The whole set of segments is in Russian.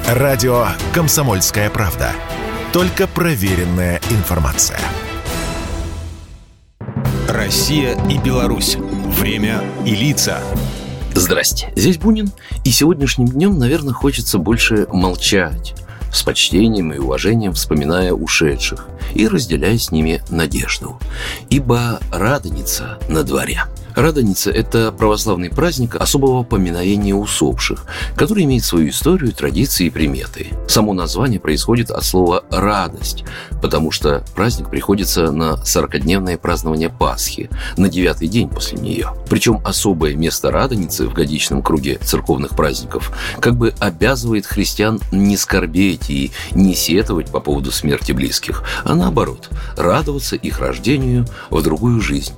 Радио «Комсомольская правда». Только проверенная информация. Россия и Беларусь. Время и лица. Здрасте, здесь Бунин. И сегодняшним днем, наверное, хочется больше молчать, с почтением и уважением вспоминая ушедших и разделяя с ними надежду. Ибо Радоница на дворе. Радоница – это православный праздник особого поминовения усопших, который имеет свою историю, традиции и приметы. Само название происходит от слова «радость», потому что праздник приходится на 40-дневное празднование Пасхи, на 9-й день после нее. Причем особое место Радоницы в годичном круге церковных праздников как бы обязывает христиан не скорбеть и не сетовать по поводу смерти близких, а наоборот, радоваться их рождению в другую жизнь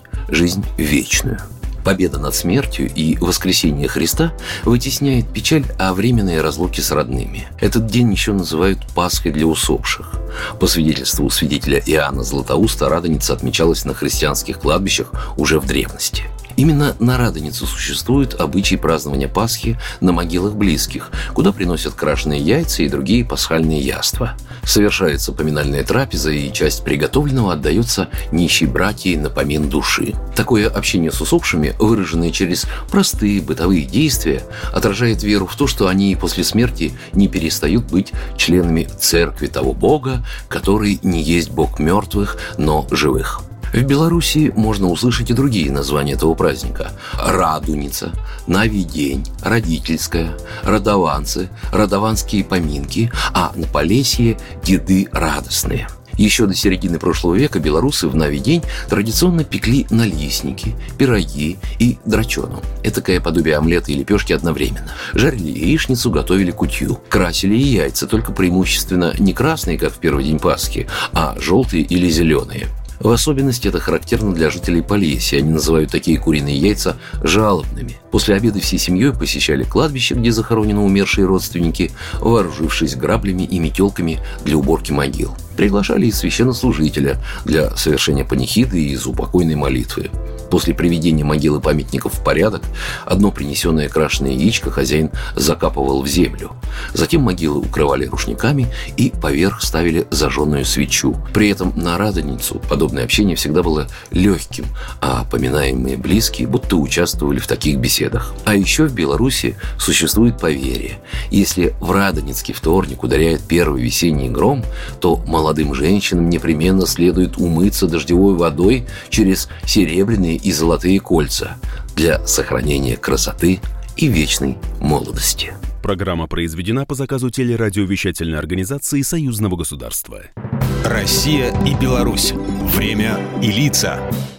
вечную. Победа над смертью и воскресение Христа вытесняет печаль о временной разлуке с родными. Этот день еще называют Пасхой для усопших. По свидетельству святителя Иоанна Златоуста, Радоница отмечалась на христианских кладбищах уже в древности. Именно на Радоницу существует обычай празднования Пасхи на могилах близких, куда приносят крашеные яйца и другие пасхальные яства. Совершается поминальная трапеза, и часть приготовленного отдается нищей братьей на помин души. Такое общение с усопшими, выраженное через простые бытовые действия, отражает веру в то, что они после смерти не перестают быть членами церкви того Бога, который не есть Бог мертвых, но живых. В Беларуси можно услышать и другие названия этого праздника: Радуница, Навидень, Родительская, Радованцы, Радованские поминки, а на Полесье – Деды радостные. Еще до середины прошлого века белорусы в Навидень традиционно пекли налистники, пироги и драчону. Этакое подобие омлета и лепешки одновременно. Жарили яичницу, готовили кутью. Красили и яйца, только преимущественно не красные, как в первый день Пасхи, а желтые или зеленые. В особенности это характерно для жителей Полесья. Они называют такие куриные яйца жалобными. После обеда всей семьей посещали кладбище, где захоронены умершие родственники, вооружившись граблями и метелками для уборки могил. Приглашали и священнослужителя для совершения панихиды и заупокойной молитвы. После приведения могилы памятников в порядок, одно принесенное крашеное яичко хозяин закапывал в землю. Затем могилы укрывали рушниками и поверх ставили зажженную свечу. При этом на Радоницу подобное общение всегда было легким, а поминаемые близкие будто участвовали в таких беседах. А еще в Беларуси существует поверье: если в Радоницкий вторник ударяет первый весенний гром, то молодым женщинам непременно следует умыться дождевой водой через серебряные и золотые кольца для сохранения красоты и вечной молодости. Программа произведена по заказу телерадиовещательной организации Союзного государства. Россия и Беларусь. Время и лица.